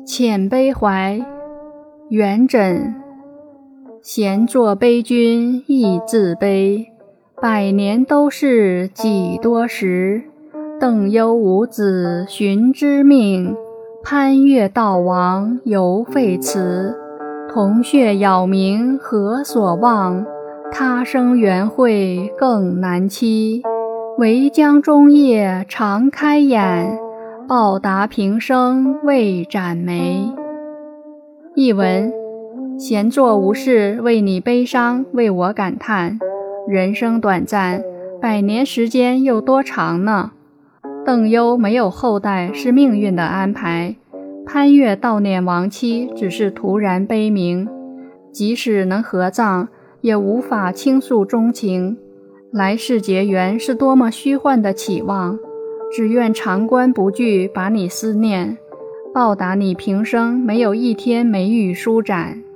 遣悲怀，元稹。闲坐悲君亦自悲，百年都是几多时。邓幽无子寻知命，潘岳道亡犹废辞。铜雀杳冥何所望，他生缘会更难期。唯将终夜常开眼，报答平生未展眉。译文：闲坐无事，为你悲伤，为我感叹。人生短暂，百年时间又多长呢？邓幽没有后代是命运的安排，潘岳悼念亡妻只是突然悲鸣，即使能合葬，也无法倾诉衷情。来世结缘是多么虚幻的期望，只愿长关不惧，把你思念，报答你平生没有一天没遇舒展。